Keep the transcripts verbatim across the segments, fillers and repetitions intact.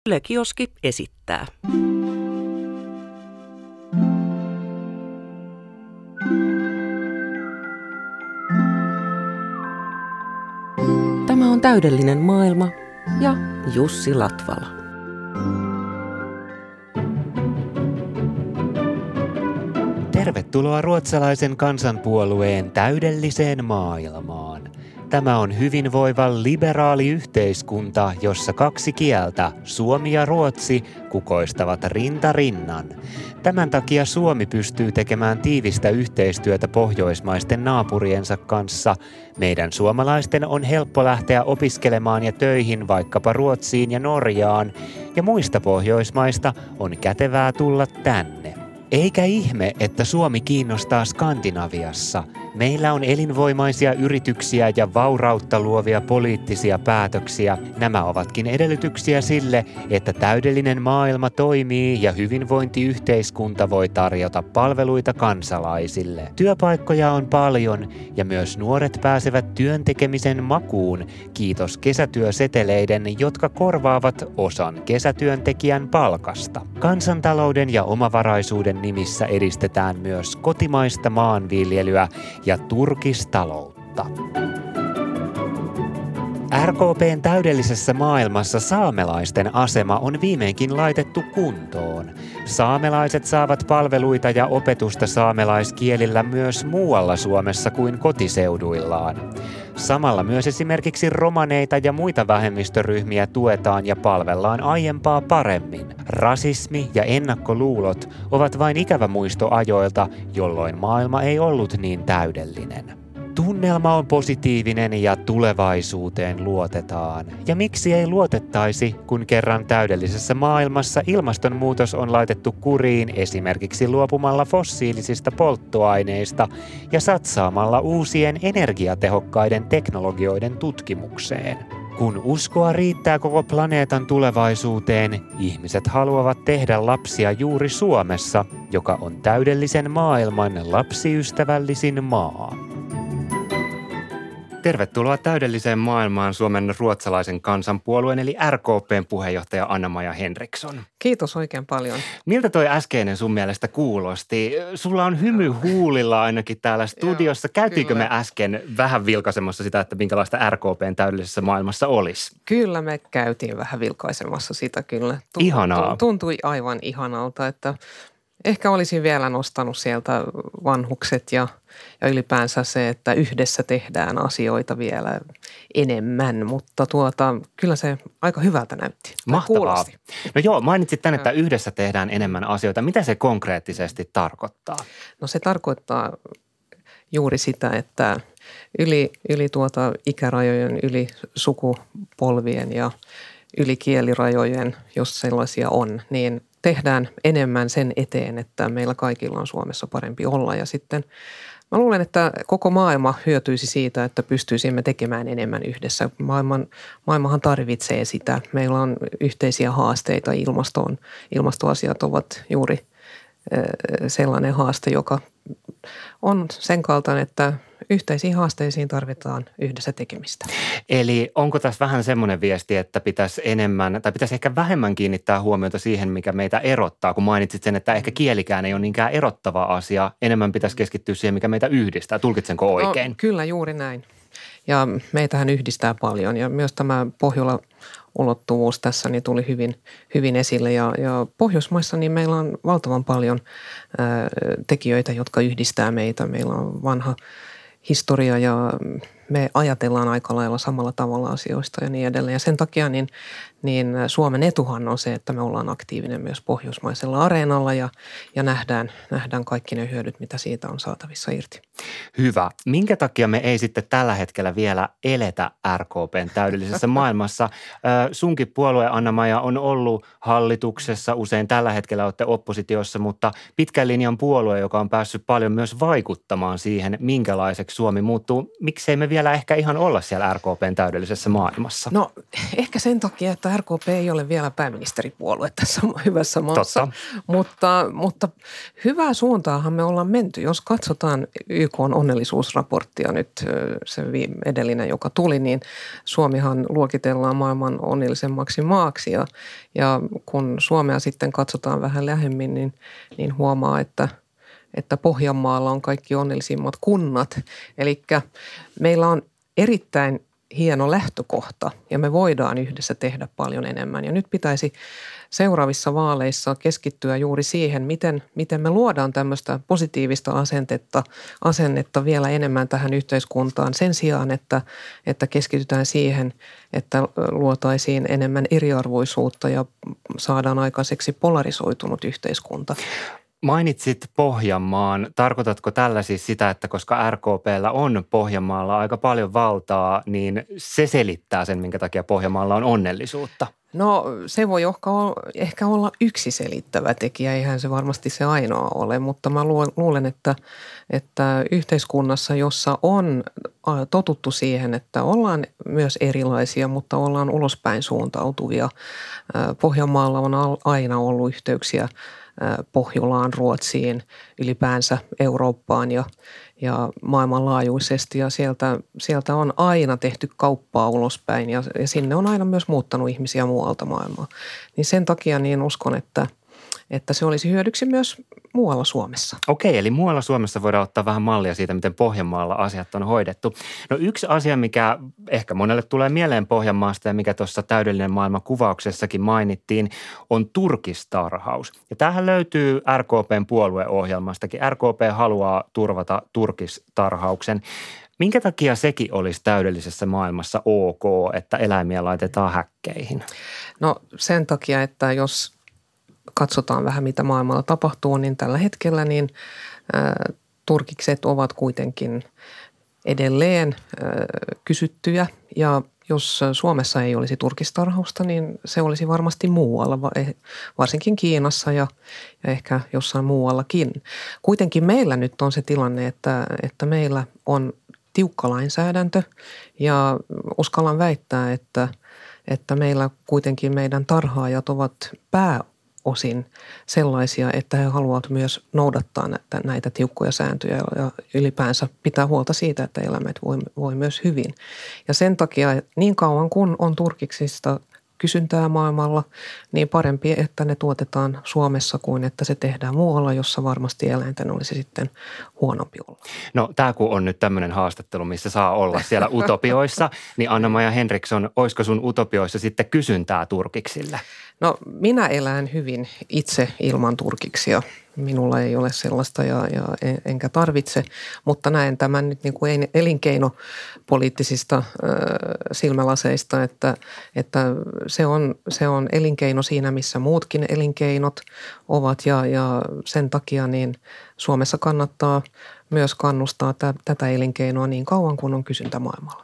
Yle Kioski esittää. Tämä on Täydellinen maailma ja Jussi Latvala. Tervetuloa ruotsalaisen kansanpuolueen täydelliseen maailmaan. Tämä on hyvinvoiva liberaali yhteiskunta, jossa kaksi kieltä, suomi ja ruotsi, kukoistavat rinta rinnan. Tämän takia Suomi pystyy tekemään tiivistä yhteistyötä pohjoismaisten naapuriensa kanssa. Meidän suomalaisten on helppo lähteä opiskelemaan ja töihin vaikkapa Ruotsiin ja Norjaan, ja muista pohjoismaista on kätevää tulla tänne. Eikä ihme, että Suomi kiinnostaa Skandinaviassa. Meillä on elinvoimaisia yrityksiä ja vaurautta luovia poliittisia päätöksiä. Nämä ovatkin edellytyksiä sille, että täydellinen maailma toimii ja hyvinvointiyhteiskunta voi tarjota palveluita kansalaisille. Työpaikkoja on paljon ja myös nuoret pääsevät työn tekemisen makuun, kiitos kesätyöseteleiden, jotka korvaavat osan kesätyöntekijän palkasta. Kansantalouden ja omavaraisuuden nimissä edistetään myös kotimaista maanviljelyä ja turkistaloutta. R K P:n täydellisessä maailmassa saamelaisten asema on viimeinkin laitettu kuntoon. Saamelaiset saavat palveluita ja opetusta saamelaiskielillä myös muualla Suomessa kuin kotiseuduillaan. Samalla myös esimerkiksi romaneita ja muita vähemmistöryhmiä tuetaan ja palvellaan aiempaa paremmin. Rasismi ja ennakkoluulot ovat vain ikävä muisto ajoilta, jolloin maailma ei ollut niin täydellinen. Tunnelma on positiivinen ja tulevaisuuteen luotetaan. Ja miksi ei luotettaisi, kun kerran täydellisessä maailmassa ilmastonmuutos on laitettu kuriin esimerkiksi luopumalla fossiilisista polttoaineista ja satsaamalla uusien energiatehokkaiden teknologioiden tutkimukseen. Kun uskoa riittää koko planeetan tulevaisuuteen, ihmiset haluavat tehdä lapsia juuri Suomessa, joka on täydellisen maailman lapsiystävällisin maa. Tervetuloa täydelliseen maailmaan Suomen ruotsalaisen kansanpuolueen eli R K P:n puheenjohtaja Anna-Maja Henriksson. Kiitos oikein paljon. Miltä toi äskeinen sun mielestä kuulosti? Sulla on hymy huulilla ainakin täällä studiossa. Joo, Käytiinkö kyllä. me äsken vähän vilkaisemassa sitä, että minkälaista R K P:n täydellisessä maailmassa olisi? Kyllä me käytiin vähän vilkaisemassa sitä kyllä. Tuntui, Ihanaa. Tuntui aivan ihanalta, että ehkä olisin vielä nostanut sieltä vanhukset ja, ja ylipäänsä se, että yhdessä tehdään asioita vielä enemmän, mutta tuota, kyllä se aika hyvältä näytti. Mahtavaa. Kuulosti. No joo, mainitsit tänne, että yhdessä tehdään enemmän asioita. Mitä se konkreettisesti tarkoittaa? No se tarkoittaa juuri sitä, että yli, yli tuota ikärajojen, yli sukupolvien ja yli kielirajojen, jos sellaisia on, niin tehdään enemmän sen eteen, että meillä kaikilla on Suomessa parempi olla. Ja sitten mä luulen, että koko maailma hyötyisi siitä, että pystyisimme tekemään enemmän yhdessä. Maailman, maailmahan tarvitsee sitä. Meillä on yhteisiä haasteita. Ilmastoon, ilmastoasiat ovat juuri sellainen haaste, joka on sen kaltainen, että yhteisiin haasteisiin tarvitaan yhdessä tekemistä. Eli onko tässä vähän semmoinen viesti, että pitäisi enemmän tai pitäisi ehkä vähemmän kiinnittää huomiota siihen, mikä meitä erottaa, kun mainitsit sen, että ehkä kielikään ei ole niinkään erottava asia. Enemmän pitäisi keskittyä siihen, mikä meitä yhdistää. Tulkitsenko oikein? No, kyllä juuri näin. Ja meitähän yhdistää paljon ja myös tämä Pohjola-ulottuvuus tässä niin tuli hyvin, hyvin esille. Ja, ja Pohjoismaissa niin meillä on valtavan paljon ää, tekijöitä, jotka yhdistää meitä. Meillä on vanha historia ja me ajatellaan aika lailla samalla tavalla asioista ja niin edelleen. Ja sen takia niin, niin Suomen etuhan on se, että me ollaan aktiivinen myös pohjoismaisella areenalla ja, ja nähdään, nähdään kaikki ne hyödyt, mitä siitä on saatavissa irti. Hyvä. Minkä takia me ei sitten tällä hetkellä vielä eletä R K P:n täydellisessä maailmassa? Sunkin puolue, Anna-Maja, on ollut hallituksessa, usein tällä hetkellä olette oppositiossa, mutta pitkän linjan puolue, joka on päässyt paljon myös vaikuttamaan siihen, minkälaiseksi Suomi muuttuu. Miksei me vielä vielä ehkä ihan olla siellä R K P:n täydellisessä maailmassa? No ehkä sen takia, että R K P ei ole vielä pääministeripuolue tässä hyvässä maassa. Totta. Mutta, mutta hyvää suuntaahan me ollaan menty. Jos katsotaan Y K:n onnellisuusraporttia nyt, se edellinen, joka tuli, niin Suomihan luokitellaan maailman onnellisemmaksi maaksi. Ja, ja kun Suomea sitten katsotaan vähän lähemmin, niin, niin huomaa, että että Pohjanmaalla on kaikki onnellisimmat kunnat. Eli meillä on erittäin hieno lähtökohta ja me voidaan yhdessä tehdä paljon enemmän. Ja nyt pitäisi seuraavissa vaaleissa keskittyä juuri siihen, miten, miten me luodaan tämmöistä positiivista asennetta, asennetta vielä enemmän tähän yhteiskuntaan sen sijaan, että, että keskitytään siihen, että luotaisiin enemmän eriarvoisuutta ja saadaan aikaiseksi polarisoitunut yhteiskunta. Mainitsit Pohjanmaan. Tarkoitatko tällä siis sitä, että koska R K P:llä on Pohjanmaalla aika paljon valtaa, niin se selittää sen, minkä takia Pohjanmaalla on onnellisuutta? No se voi ehkä olla yksi selittävä tekijä, eihän se varmasti se ainoa ole, mutta mä luulen, että, että yhteiskunnassa, jossa on totuttu siihen, että ollaan myös erilaisia, mutta ollaan ulospäin suuntautuvia. Pohjanmaalla on aina ollut yhteyksiä Pohjolaan, Ruotsiin, ylipäänsä Eurooppaan ja, ja maailmanlaajuisesti ja sieltä, sieltä on aina tehty kauppaa ulospäin ja, ja sinne on aina myös muuttanut ihmisiä muualta maailmaa. Niin sen takia niin uskon, että, että se olisi hyödyksi myös muualla Suomessa. Okei, eli muualla Suomessa voidaan ottaa vähän mallia siitä, miten Pohjanmaalla asiat on hoidettu. No yksi asia, mikä ehkä monelle tulee mieleen Pohjanmaasta ja mikä tuossa täydellinen maailma kuvauksessakin mainittiin, on turkistarhaus. Ja tämähän löytyy R K P:n puolueohjelmastakin. R K P haluaa turvata turkistarhauksen. Minkä takia sekin olisi täydellisessä maailmassa ok, että eläimiä laitetaan häkkeihin? No sen takia, että jos katsotaan vähän, mitä maailmalla tapahtuu, niin tällä hetkellä niin ä, turkikset ovat kuitenkin edelleen ä, kysyttyjä. Ja jos Suomessa ei olisi turkistarhausta, niin se olisi varmasti muualla, varsinkin Kiinassa ja, ja ehkä jossain muuallakin. Kuitenkin meillä nyt on se tilanne, että, että meillä on tiukka lainsäädäntö ja uskallan väittää, että, että meillä kuitenkin meidän tarhaajat ovat pää osin sellaisia, että he haluavat myös noudattaa näitä, näitä tiukkoja sääntöjä ja ylipäänsä pitää huolta siitä, että eläimet voi, voi myös hyvin. Ja sen takia niin kauan kun on turkiksista kysyntää maailmalla, niin parempi, että ne tuotetaan Suomessa kuin että se tehdään muualla, jossa varmasti eläinten olisi sitten huonompi olla. No tämä kun on nyt tämmöinen haastattelu, missä saa olla siellä utopioissa, niin Anna-Maja Henriksson, olisiko sun utopioissa sitten kysyntää turkiksille? No minä elän hyvin itse ilman turkiksia. Minulla ei ole sellaista ja, ja enkä tarvitse, mutta näen tämän nyt niin kuin elinkeinopoliittisista äh, silmälaseista, että, että se, on, se on elinkeino siinä, missä muutkin elinkeinot ovat ja, ja sen takia niin Suomessa kannattaa myös kannustaa tä, tätä elinkeinoa niin kauan kuin on kysyntä maailmalla.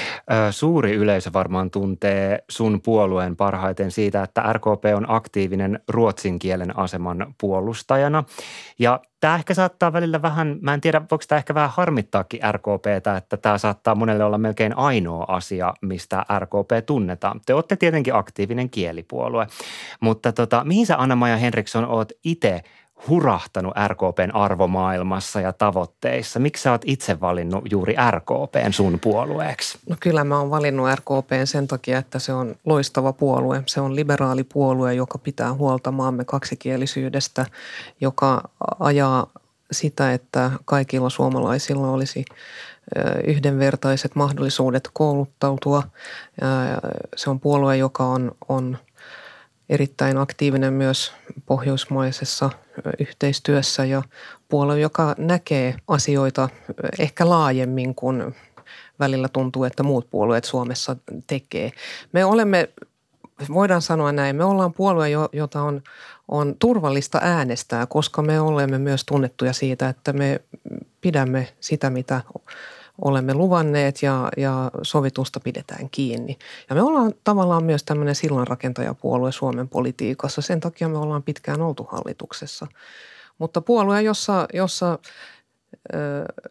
Suuri yleisö varmaan tuntee sun puolueen parhaiten siitä, että R K P on aktiivinen ruotsin kielen aseman puolustajana. Ja tämä ehkä saattaa välillä vähän, mä en tiedä, voiko tämä ehkä vähän harmittaakin R K P:tä, että tämä saattaa monelle olla melkein ainoa asia, mistä R K P tunnetaan. Te olette tietenkin aktiivinen kielipuolue, mutta tota, mihin sä Anna-Maja Henriksson oot itse hurahtanut R K P:n arvomaailmassa ja tavoitteissa? Miksi sä oot itse valinnut juuri R K P:n sun puolueeksi? No kyllä mä oon valinnut R K P:n sen takia, että se on loistava puolue. Se on liberaali puolue, joka pitää huolta maamme kaksikielisyydestä, joka ajaa sitä, että kaikilla suomalaisilla olisi yhdenvertaiset mahdollisuudet kouluttautua. Se on puolue, joka on, on erittäin aktiivinen myös pohjoismaisessa yhteistyössä ja puolue, joka näkee asioita ehkä laajemmin kuin välillä tuntuu, että muut puolueet Suomessa tekee. Me olemme, voidaan sanoa näin, me ollaan puolue, jota on, on turvallista äänestää, koska me olemme myös tunnettuja siitä, että me pidämme sitä, mitä olemme luvanneet ja, ja sovitusta pidetään kiinni. Ja me ollaan tavallaan myös tämmöinen sillanrakentajapuolue Suomen politiikassa. Sen takia me ollaan pitkään oltu hallituksessa. Mutta puolue, jossa, jossa ö,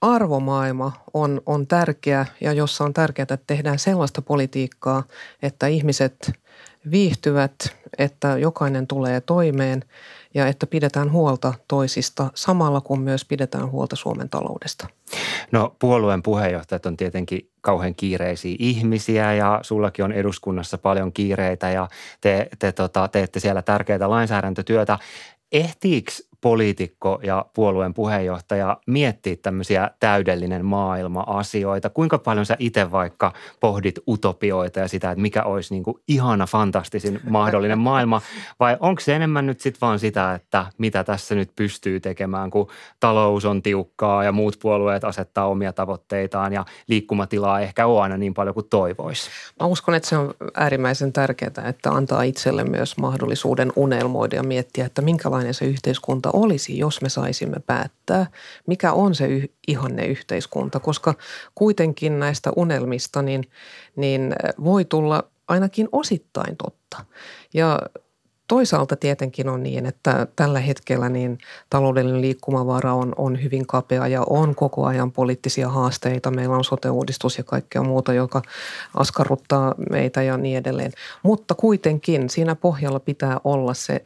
arvomaailma on, on tärkeä ja jossa on tärkeää, että tehdään sellaista politiikkaa, että ihmiset viihtyvät, että jokainen tulee toimeen ja että pidetään huolta toisista samalla kun myös pidetään huolta Suomen taloudesta. No puolueen puheenjohtajat on tietenkin kauhean kiireisiä ihmisiä ja sullakin on eduskunnassa paljon kiireitä ja te, te tota, teette siellä tärkeää lainsäädäntötyötä. Ehtiikö poliitikko ja puolueen puheenjohtaja miettiä tämmöisiä täydellinen maailma-asioita? Kuinka paljon sä itse vaikka pohdit utopioita ja sitä, että mikä olisi niin kuin ihana, fantastisin mahdollinen maailma? Vai onko se enemmän nyt sitten vaan sitä, että mitä tässä nyt pystyy tekemään, kun talous on tiukkaa ja muut puolueet asettaa omia tavoitteitaan ja liikkumatilaa ehkä ole aina niin paljon kuin toivoisi? Mä uskon, että se on äärimmäisen tärkeää, että antaa itselle myös mahdollisuuden unelmoida ja miettiä, että minkälainen se yhteiskunta olisi, jos me saisimme päättää, mikä on se yh, ihanne yhteiskunta, koska kuitenkin näistä unelmista niin, niin voi tulla ainakin osittain totta. Ja toisaalta tietenkin on niin, että tällä hetkellä niin taloudellinen liikkumavara on, on hyvin kapea ja on koko ajan poliittisia haasteita. Meillä on sote-uudistus ja kaikkea muuta, joka askarruttaa meitä ja niin edelleen. Mutta kuitenkin siinä pohjalla pitää olla se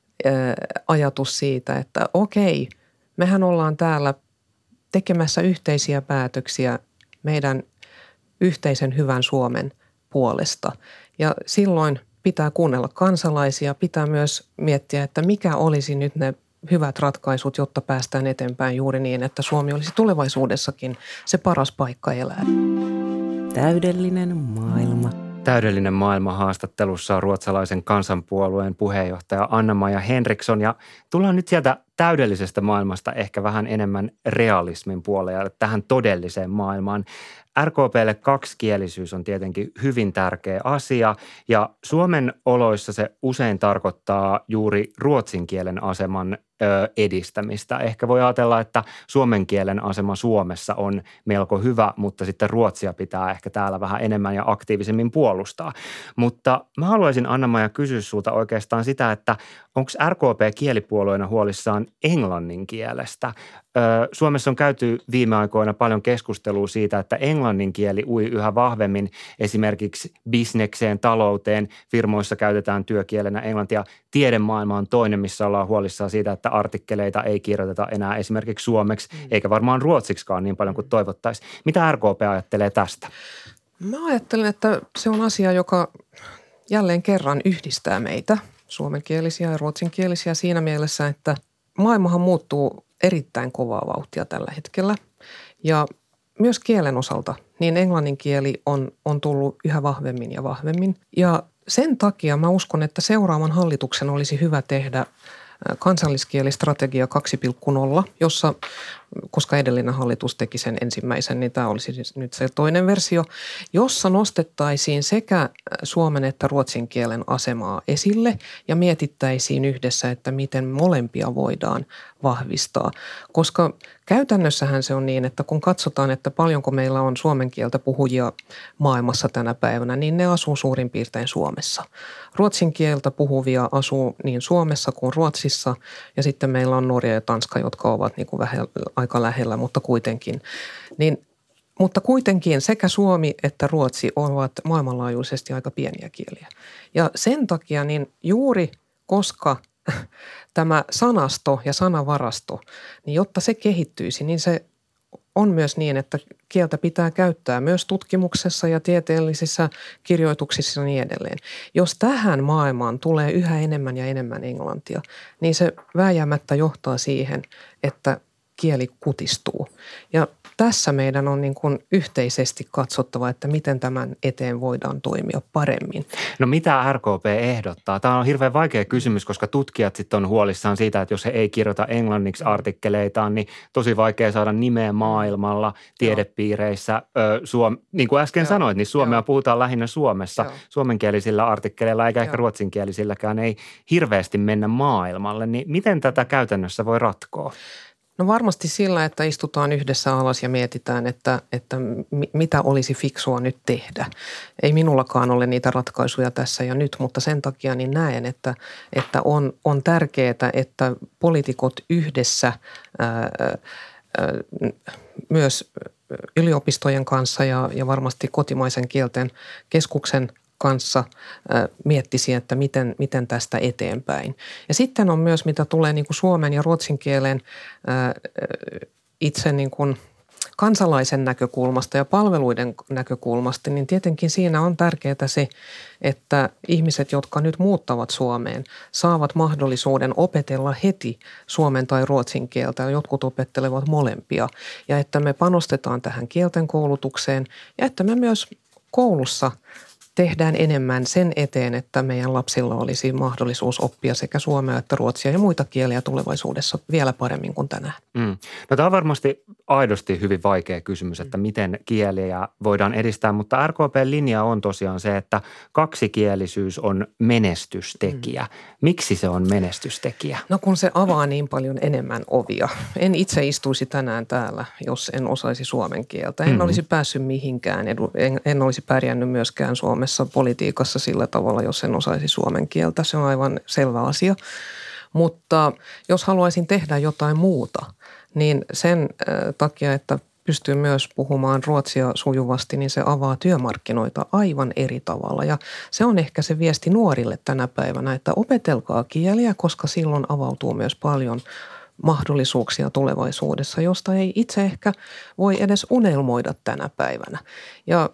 ajatus siitä, että okei, mehän ollaan täällä tekemässä yhteisiä päätöksiä meidän yhteisen hyvän Suomen puolesta. Ja silloin pitää kuunnella kansalaisia, pitää myös miettiä, että mikä olisi nyt ne hyvät ratkaisut, jotta päästään eteenpäin juuri niin, että Suomi olisi tulevaisuudessakin se paras paikka elää. Täydellinen maailma. Täydellinen maailma haastattelussa on ruotsalaisen kansanpuolueen puheenjohtaja Anna-Maja Henriksson ja tullaan nyt sieltä täydellisestä maailmasta ehkä vähän enemmän realismin puolelle tähän todelliseen maailmaan. R K P:lle kaksikielisyys on tietenkin hyvin tärkeä asia ja Suomen oloissa se usein tarkoittaa juuri ruotsin kielen aseman ö, edistämistä. Ehkä voi ajatella, että suomen kielen asema Suomessa on melko hyvä, mutta sitten ruotsia pitää ehkä täällä vähän enemmän ja aktiivisemmin puolustaa. Mutta mä haluaisin Anna-Maja kysyä sulta oikeastaan sitä, että onko R K P kielipuolueena huolissaan englannin kielestä? Suomessa on käyty viime aikoina paljon keskustelua siitä, että englannin kieli ui yhä vahvemmin esimerkiksi bisnekseen, talouteen. Firmoissa käytetään työkielenä englantia. Tiedemaailma on toinen, missä ollaan huolissaan siitä, että artikkeleita ei kirjoiteta enää esimerkiksi suomeksi, eikä varmaan ruotsiksikaan niin paljon kuin toivottaisiin. Mitä R K P ajattelee tästä? Mä ajattelen, että se on asia, joka jälleen kerran yhdistää meitä, suomenkielisiä ja ruotsinkielisiä siinä mielessä, että maailmahan muuttuu erittäin kovaa vauhtia tällä hetkellä ja myös kielen osalta, niin englannin kieli on, on tullut yhä vahvemmin ja vahvemmin. Ja sen takia mä uskon, että seuraavan hallituksen olisi hyvä tehdä kansalliskielistrategia kaksi piste nolla, jossa, koska edellinen hallitus teki sen ensimmäisen, niin tämä olisi siis nyt se toinen versio, jossa nostettaisiin sekä suomen että ruotsin kielen asemaa esille ja mietittäisiin yhdessä, että miten molempia voidaan vahvistaa. Koska käytännössähän se on niin, että kun katsotaan, että paljonko meillä on suomen kieltä puhujia maailmassa tänä päivänä, niin ne asuu suurin piirtein Suomessa. Ruotsin kieltä puhuvia asuu niin Suomessa kuin Ruotsissa ja sitten meillä on Norja ja Tanska, jotka ovat niin kuin vähän aika lähellä, mutta kuitenkin. Niin, mutta kuitenkin sekä Suomi että Ruotsi ovat maailmanlaajuisesti aika pieniä kieliä. Ja sen takia niin juuri koska tämä sanasto ja sanavarasto, niin jotta se kehittyisi, niin se on myös niin, että kieltä pitää käyttää myös tutkimuksessa ja tieteellisissä kirjoituksissa ja niin edelleen. Jos tähän maailmaan tulee yhä enemmän ja enemmän englantia, niin se vääjäämättä johtaa siihen, että kieli kutistuu. Ja tässä meidän on niin kuin yhteisesti katsottava, että miten tämän eteen voidaan toimia paremmin. No mitä R K P ehdottaa? Tämä on hirveän vaikea kysymys, koska tutkijat sitten on huolissaan siitä, että jos he ei kirjoita englanniksi artikkeleitaan, niin tosi vaikea saada nimeä maailmalla, tiedepiireissä. Ö, Suom- niin kuin äsken Joo. sanoit, niin suomea Joo. puhutaan lähinnä Suomessa. Joo. Suomenkielisillä artikkeleilla eikä Joo. ehkä ruotsinkielisilläkään ei hirveästi mennä maailmalle. Niin miten tätä käytännössä voi ratkoa? No varmasti sillä, että istutaan yhdessä alas ja mietitään, että, että mitä olisi fiksua nyt tehdä. Ei minullakaan ole niitä ratkaisuja tässä ja nyt, mutta sen takia niin näen, että, että on, on tärkeää, että poliitikot yhdessä ää, myös yliopistojen kanssa ja, ja varmasti kotimaisen kielten keskuksen kanssa miettisi, että miten, miten tästä eteenpäin. Ja sitten on myös, mitä tulee niin kuin suomen ja ruotsin kielen itse niin kuin kansalaisen näkökulmasta ja palveluiden näkökulmasta, niin tietenkin siinä on tärkeää se, että ihmiset, jotka nyt muuttavat Suomeen, saavat mahdollisuuden opetella heti suomen tai ruotsin kieltä. Jotkut opettelevat molempia. Ja että me panostetaan tähän kielten koulutukseen ja että me myös koulussa tehdään enemmän sen eteen, että meidän lapsilla olisi mahdollisuus oppia sekä suomea että ruotsia ja muita kieliä tulevaisuudessa vielä paremmin kuin tänään. Mm. No tämä on varmasti aidosti hyvin vaikea kysymys, että miten kieliä voidaan edistää, mutta R K P:n linja on tosiaan se, että kaksikielisyys on menestystekijä. Mm. Miksi se on menestystekijä? No kun se avaa niin paljon enemmän ovia. En itse istuisi tänään täällä, jos en osaisi suomen kieltä. En mm. olisi päässyt mihinkään, en, en olisi pärjännyt myöskään Suomessa politiikassa sillä tavalla, jos en osaisi suomen kieltä. Se on aivan selvä asia. Mutta jos haluaisin tehdä jotain muuta, niin sen takia, että pystyy myös puhumaan ruotsia sujuvasti, niin se avaa työmarkkinoita aivan eri tavalla. Ja se on ehkä se viesti nuorille tänä päivänä, että opetelkaa kieliä, koska silloin avautuu myös paljon mahdollisuuksia tulevaisuudessa, josta ei itse ehkä voi edes unelmoida tänä päivänä. Ja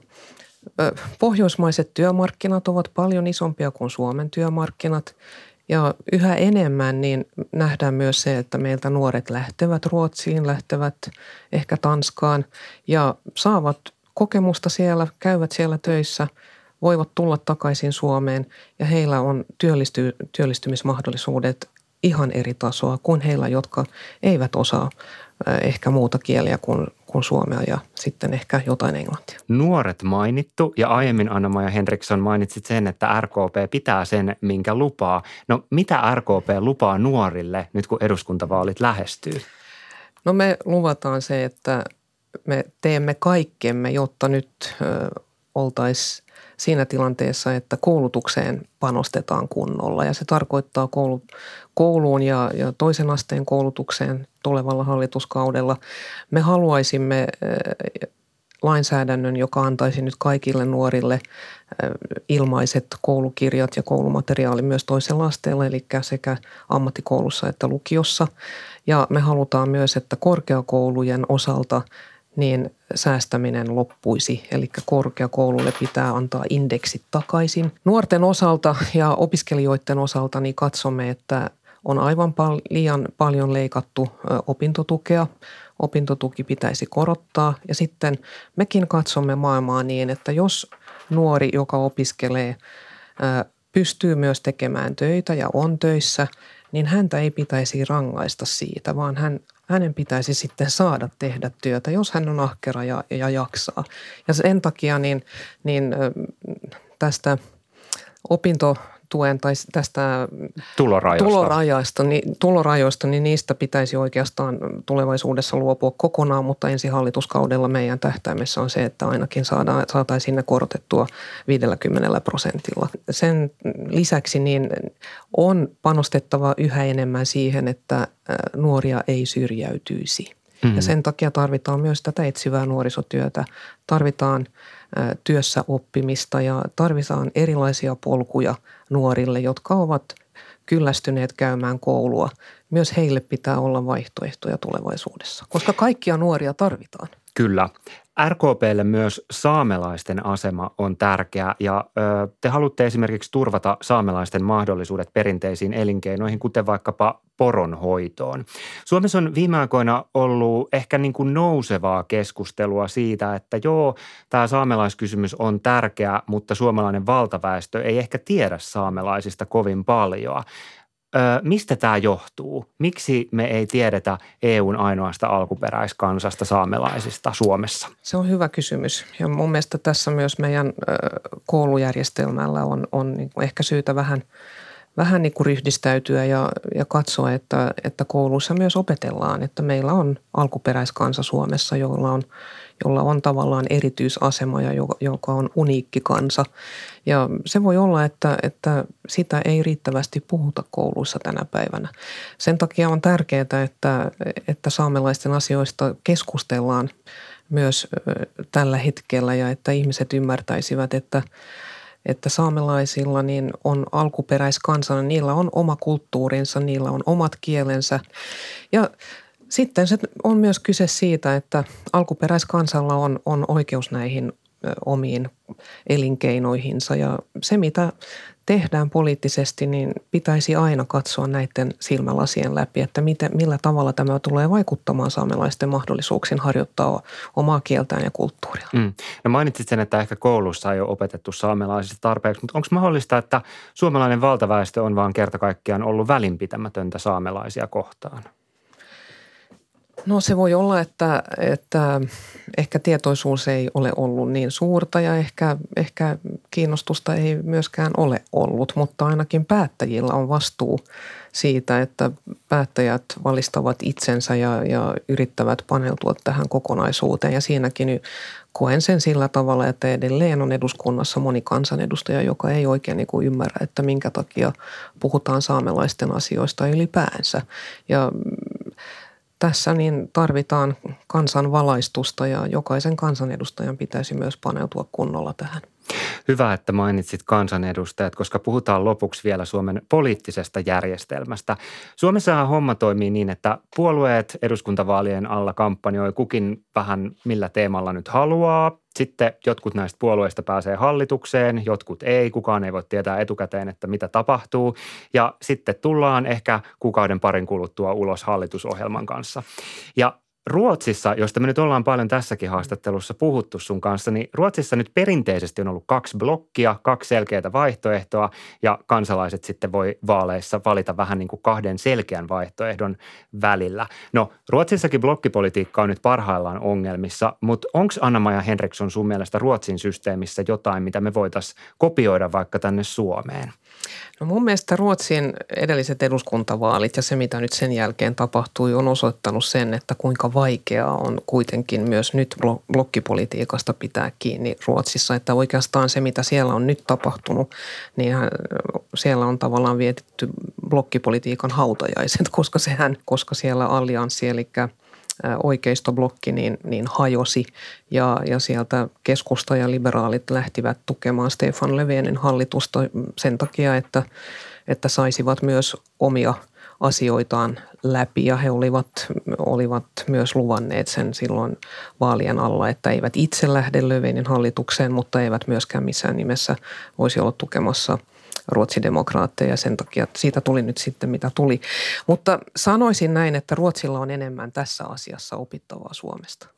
pohjoismaiset työmarkkinat ovat paljon isompia kuin Suomen työmarkkinat ja yhä enemmän niin nähdään myös se, että meiltä nuoret lähtevät Ruotsiin, lähtevät ehkä Tanskaan ja saavat kokemusta siellä, käyvät siellä töissä, voivat tulla takaisin Suomeen ja heillä on työllisty, työllistymismahdollisuudet ihan eri tasoa kuin heillä, jotka eivät osaa ehkä muuta kieliä kuin, kuin suomea ja sitten ehkä jotain englantia. Nuoret mainittu ja aiemmin Anna-Maja Henriksson mainitsit sen, että R K P pitää sen, minkä lupaa. No mitä R K P lupaa nuorille nyt kun eduskuntavaalit lähestyy? No me luvataan se, että me teemme kaikkemme, jotta nyt ö, oltaisiin siinä tilanteessa, että koulutukseen panostetaan kunnolla ja se tarkoittaa koulu, kouluun ja, ja toisen asteen koulutukseen tulevalla hallituskaudella. Me haluaisimme äh, lainsäädännön, joka antaisi nyt kaikille nuorille äh, ilmaiset koulukirjat ja koulumateriaali myös toisella asteella, eli sekä ammattikoulussa että lukiossa. Ja me halutaan myös, että korkeakoulujen osalta niin säästäminen loppuisi, eli korkeakoululle pitää antaa indeksit takaisin. Nuorten osalta ja opiskelijoiden osalta niin katsomme, että on aivan pal- liian paljon leikattu ö, opintotukea. Opintotuki pitäisi korottaa ja sitten mekin katsomme maailmaa niin, että jos nuori, joka opiskelee, ö, pystyy myös tekemään töitä ja on töissä, niin häntä ei pitäisi rangaista siitä, vaan hän hänen pitäisi sitten saada tehdä työtä, jos hän on ahkera ja, ja jaksaa. Ja sen takia niin, niin tästä opintotuen tai tästä tulorajoista, tulorajoista, niin, tulorajoista, niin niistä pitäisi oikeastaan tulevaisuudessa luopua kokonaan, mutta ensi hallituskaudella meidän tähtäimessä on se, että ainakin saadaan, saataisiin ne korotettua viidelläkymmenellä prosentilla. Sen lisäksi niin on panostettava yhä enemmän siihen, että nuoria ei syrjäytyisi. Mm-hmm. Ja sen takia tarvitaan myös tätä etsivää nuorisotyötä, tarvitaan työssä oppimista ja tarvitaan erilaisia polkuja nuorille, jotka ovat kyllästyneet käymään koulua. Myös heille pitää olla vaihtoehtoja tulevaisuudessa, koska kaikkia nuoria tarvitaan. Kyllä. R K P:lle myös saamelaisten asema on tärkeä ja ö, te haluatte esimerkiksi turvata saamelaisten mahdollisuudet perinteisiin elinkeinoihin, kuten vaikkapa poronhoitoon. Suomessa on viime aikoina ollut ehkä niin kuin nousevaa keskustelua siitä, että joo, tämä saamelaiskysymys on tärkeä, mutta suomalainen valtaväestö ei ehkä tiedä saamelaisista kovin paljon. Ö, mistä tämä johtuu? Miksi me ei tiedetä E U:n ainoasta alkuperäiskansasta saamelaisista Suomessa? Se on hyvä kysymys ja mun mielestä tässä myös meidän koulujärjestelmällä on, on ehkä syytä vähän, vähän niin kuin ryhdistäytyä ja, ja katsoa, että, että kouluissa myös opetellaan, että meillä on alkuperäiskansa Suomessa, jolla on, jolla on tavallaan erityisasema ja joka, joka on uniikki kansa. Ja se voi olla, että, että sitä ei riittävästi puhuta kouluissa tänä päivänä. Sen takia on tärkeää, että, että saamelaisten asioista keskustellaan myös tällä hetkellä ja että ihmiset ymmärtäisivät, että että saamelaisilla niin on alkuperäiskansana, niillä on oma kulttuurinsa, niillä on omat kielensä. Ja sitten se on myös kyse siitä, että alkuperäiskansalla on, on oikeus näihin omiin elinkeinoihinsa ja se, mitä tehdään poliittisesti, niin pitäisi aina katsoa näiden silmälasien läpi, että miten, millä tavalla tämä tulee vaikuttamaan saamelaisten mahdollisuuksiin harjoittaa omaa kieltään ja kulttuuria. Mm. No mainitsit sen, että ehkä koulussa ei ole opetettu saamelaisista tarpeeksi, mutta onko mahdollista, että suomalainen valtaväestö on vaan kerta kaikkiaan ollut välinpitämätöntä saamelaisia kohtaan? No se voi olla, että, että ehkä tietoisuus ei ole ollut niin suurta ja ehkä, ehkä kiinnostusta ei myöskään ole ollut, mutta ainakin päättäjillä on vastuu siitä, että päättäjät valistavat itsensä ja, ja yrittävät paneutua tähän kokonaisuuteen ja siinäkin koen sen sillä tavalla, että edelleen on eduskunnassa moni kansanedustaja, joka ei oikein niin kuin ymmärrä, että minkä takia puhutaan saamelaisten asioista ylipäänsä ja tässä niin tarvitaan kansanvalaistusta ja jokaisen kansanedustajan pitäisi myös paneutua kunnolla tähän. Hyvä, että mainitsit kansanedustajat, koska puhutaan lopuksi vielä Suomen poliittisesta järjestelmästä. Suomessahan homma toimii niin, että puolueet eduskuntavaalien alla kampanjoi kukin vähän millä teemalla nyt haluaa. Sitten jotkut näistä puolueista pääsee hallitukseen, jotkut ei. Kukaan ei voi tietää etukäteen, että mitä tapahtuu. Ja sitten tullaan ehkä kuukauden parin kuluttua ulos hallitusohjelman kanssa. Ja Ruotsissa, josta me nyt ollaan paljon tässäkin haastattelussa puhuttu sun kanssa, niin Ruotsissa nyt perinteisesti on ollut kaksi blokkia, kaksi selkeää vaihtoehtoa ja kansalaiset sitten voi vaaleissa valita vähän niin kuin kahden selkeän vaihtoehdon välillä. No Ruotsissakin blokkipolitiikka on nyt parhaillaan ongelmissa, mutta onko Anna-Maja Henriksson sun mielestä Ruotsin systeemissä jotain, mitä me voitaisiin kopioida vaikka tänne Suomeen? No mun mielestä Ruotsin edelliset eduskuntavaalit ja se, mitä nyt sen jälkeen tapahtui, on osoittanut sen, että kuinka vaikeaa on kuitenkin myös nyt blokkipolitiikasta pitää kiinni Ruotsissa. Että oikeastaan se, mitä siellä on nyt tapahtunut, niin siellä on tavallaan vietetty blokkipolitiikan hautajaiset, koska sehän, koska siellä allianssi, eli oikeistoblokki niin, niin hajosi ja, ja sieltä keskusta ja liberaalit lähtivät tukemaan Stefan Löfvenin hallitusta sen takia, että, että saisivat myös omia asioitaan läpi ja he olivat, olivat myös luvanneet sen silloin vaalien alla, että eivät itse lähde Löfvenin hallitukseen, mutta eivät myöskään missään nimessä voisi olla tukemassa ruotsidemokraatteja ja sen takia siitä tuli nyt sitten mitä tuli. Mutta sanoisin näin, että Ruotsilla on enemmän tässä asiassa opittavaa Suomesta.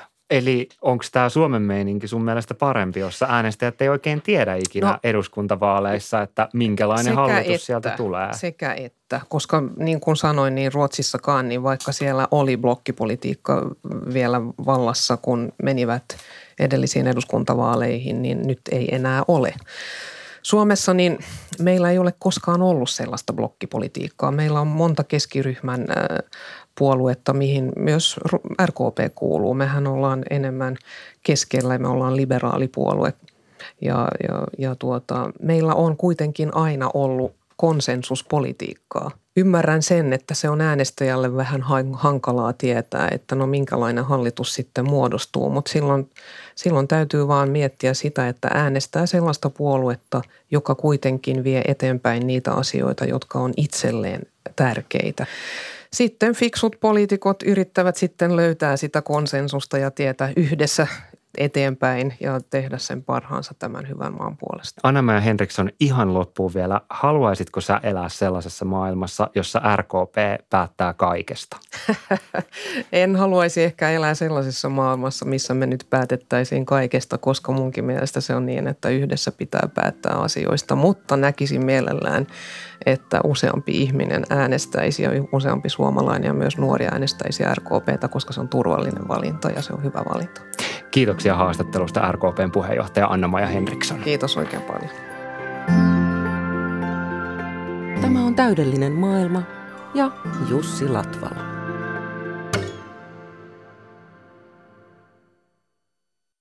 Eli onko tämä Suomen meininki sun mielestä parempi, jossa äänestäjät ei oikein tiedä ikinä no, eduskuntavaaleissa, että minkälainen hallitus että, sieltä tulee? Sekä että, koska niin kuin sanoin, niin Ruotsissakaan, niin vaikka siellä oli blokkipolitiikka vielä vallassa, kun menivät edellisiin eduskuntavaaleihin, niin nyt ei enää ole. Suomessa niin meillä ei ole koskaan ollut sellaista blokkipolitiikkaa. Meillä on monta keskiryhmän puoluetta, mihin myös R K P kuuluu. Mehän ollaan enemmän keskellä, me ollaan liberaalipuolue ja, ja, ja tuota, meillä on kuitenkin aina ollut konsensuspolitiikkaa. Ymmärrän sen, että se on äänestäjälle vähän hankalaa tietää, että no minkälainen hallitus sitten muodostuu, mutta silloin, silloin täytyy vaan miettiä sitä, että äänestää sellaista puoluetta, joka kuitenkin vie eteenpäin niitä asioita, jotka on itselleen tärkeitä. Sitten fiksut poliitikot yrittävät sitten löytää sitä konsensusta ja tietää yhdessä eteenpäin ja tehdä sen parhaansa tämän hyvän maan puolesta. Anna-Maja Henriksson, ihan loppuun vielä. Haluaisitko sä elää sellaisessa maailmassa, jossa R K P päättää kaikesta? En haluaisi ehkä elää sellaisessa maailmassa, missä me nyt päätettäisiin kaikesta, koska munkin mielestä se on niin, että yhdessä pitää päättää asioista, mutta näkisin mielellään, että useampi ihminen äänestäisi ja useampi suomalainen ja myös nuori äänestäisi R K P:tä, koska se on turvallinen valinta ja se on hyvä valinta. Kiitoksia haastattelusta R K P:n puheenjohtaja Anna-Maja Henriksson. Kiitos oikein paljon. Tämä on Täydellinen maailma ja Jussi Latvala.